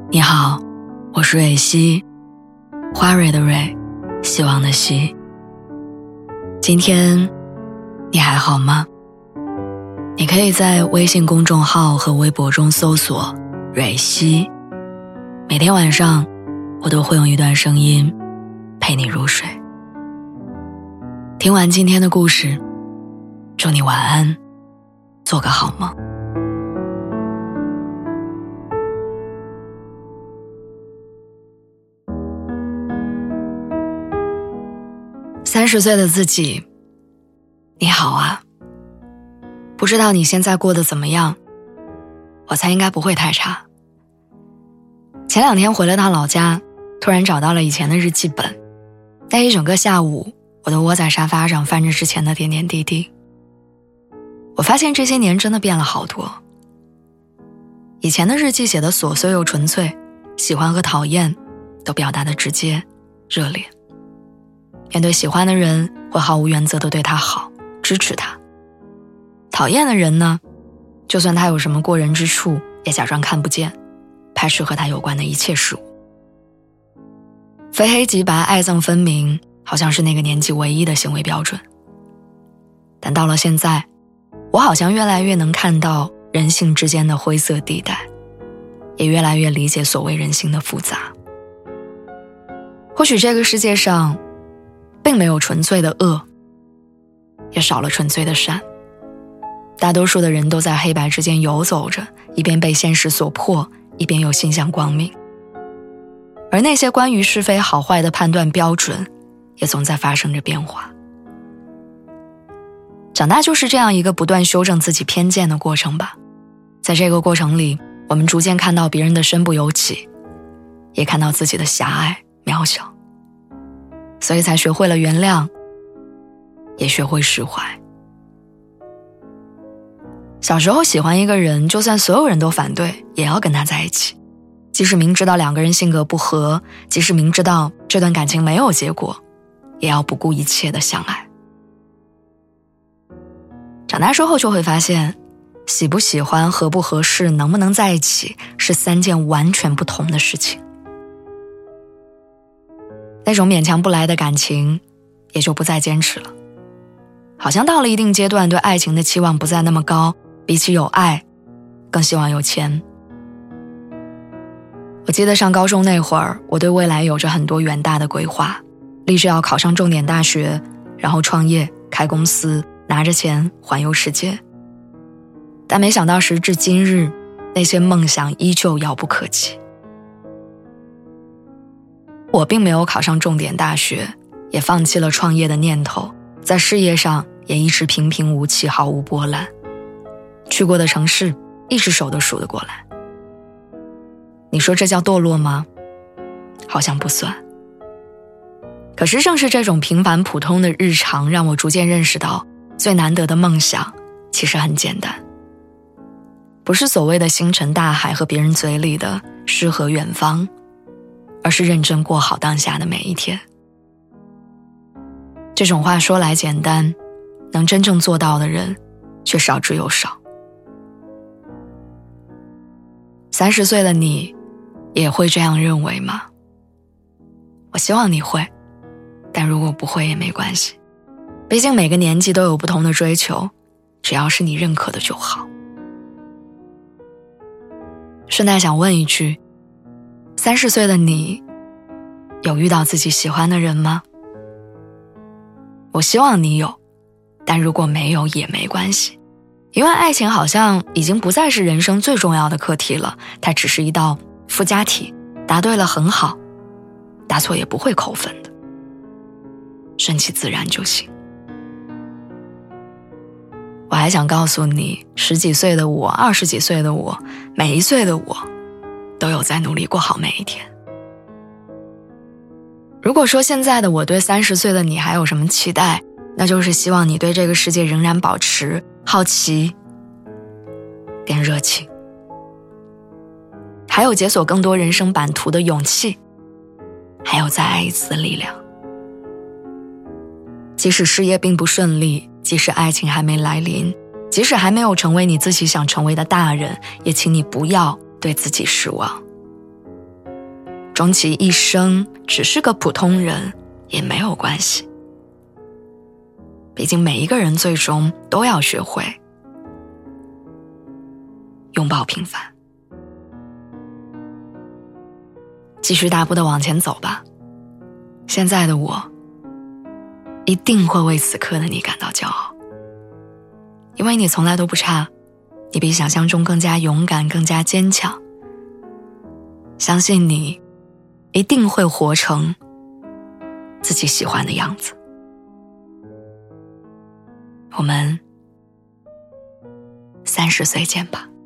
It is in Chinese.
你好，我是蕊希，花蕊的蕊，希望的希。今天你还好吗？你可以在微信公众号和微博中搜索蕊希，每天晚上我都会用一段声音陪你入睡。听完今天的故事，祝你晚安，做个好梦。30岁的自己，你好啊。不知道你现在过得怎么样，我猜应该不会太差。前2天回了趟老家，突然找到了以前的日记本，那一整个下午我都窝在沙发上翻着之前的点点滴滴。我发现这些年真的变了好多。以前的日记写得琐碎又纯粹，喜欢和讨厌都表达得直接热烈。面对喜欢的人，会毫无原则地对他好，支持他。讨厌的人呢，就算他有什么过人之处，也假装看不见，排斥和他有关的一切事物。非黑即白，爱憎分明，好像是那个年纪唯一的行为标准。但到了现在，我好像越来越能看到人性之间的灰色地带，也越来越理解所谓人性的复杂。或许这个世界上并没有纯粹的恶，也少了纯粹的善。大多数的人都在黑白之间游走着，一边被现实所迫，一边又心向光明。而那些关于是非好坏的判断标准，也总在发生着变化。长大就是这样一个不断修正自己偏见的过程吧。在这个过程里，我们逐渐看到别人的身不由己，也看到自己的狭隘渺小，所以才学会了原谅，也学会释怀。小时候喜欢一个人，就算所有人都反对，也要跟他在一起。即使明知道2个人性格不合，即使明知道这段感情没有结果，也要不顾一切的相爱。长大之后就会发现，喜不喜欢、合不合适、能不能在一起，是3件完全不同的事情。那种勉强不来的感情，也就不再坚持了。好像到了一定阶段，对爱情的期望不再那么高，比起有爱，更希望有钱。我记得上高中那会儿，我对未来有着很多远大的规划，立志要考上重点大学，然后创业、开公司，拿着钱环游世界。但没想到时至今日，那些梦想依旧遥不可及。我并没有考上重点大学，也放弃了创业的念头，在事业上也一直平平无奇，毫无波澜。去过的城市，一只手都数得过来。你说这叫堕落吗？好像不算。可是正是这种平凡普通的日常，让我逐渐认识到，最难得的梦想其实很简单，不是所谓的星辰大海和别人嘴里的诗和远方，而是认真过好当下的每一天。这种话说来简单，能真正做到的人却少之又少。30岁的你也会这样认为吗？我希望你会，但如果不会也没关系，毕竟每个年纪都有不同的追求，只要是你认可的就好。顺带想问一句，30岁的你有遇到自己喜欢的人吗？我希望你有，但如果没有也没关系，因为爱情好像已经不再是人生最重要的课题了，它只是一道附加题，答对了很好，答错也不会扣分的，顺其自然就行。我还想告诉你，10几岁的我，20几岁的我，每一岁的我都有在努力过好每一天。如果说现在的我对30岁的你还有什么期待，那就是希望你对这个世界仍然保持好奇跟热情，还有解锁更多人生版图的勇气，还有再爱一次的力量。即使事业并不顺利，即使爱情还没来临，即使还没有成为你自己想成为的大人，也请你不要对自己失望。 终其一生只是个普通人也没有关系。毕竟每一个人最终都要学会拥抱平凡。继续大步地往前走吧，现在的我一定会为此刻的你感到骄傲，因为你从来都不差，你比想象中更加勇敢，更加坚强。相信你一定会活成自己喜欢的样子。我们30岁见吧。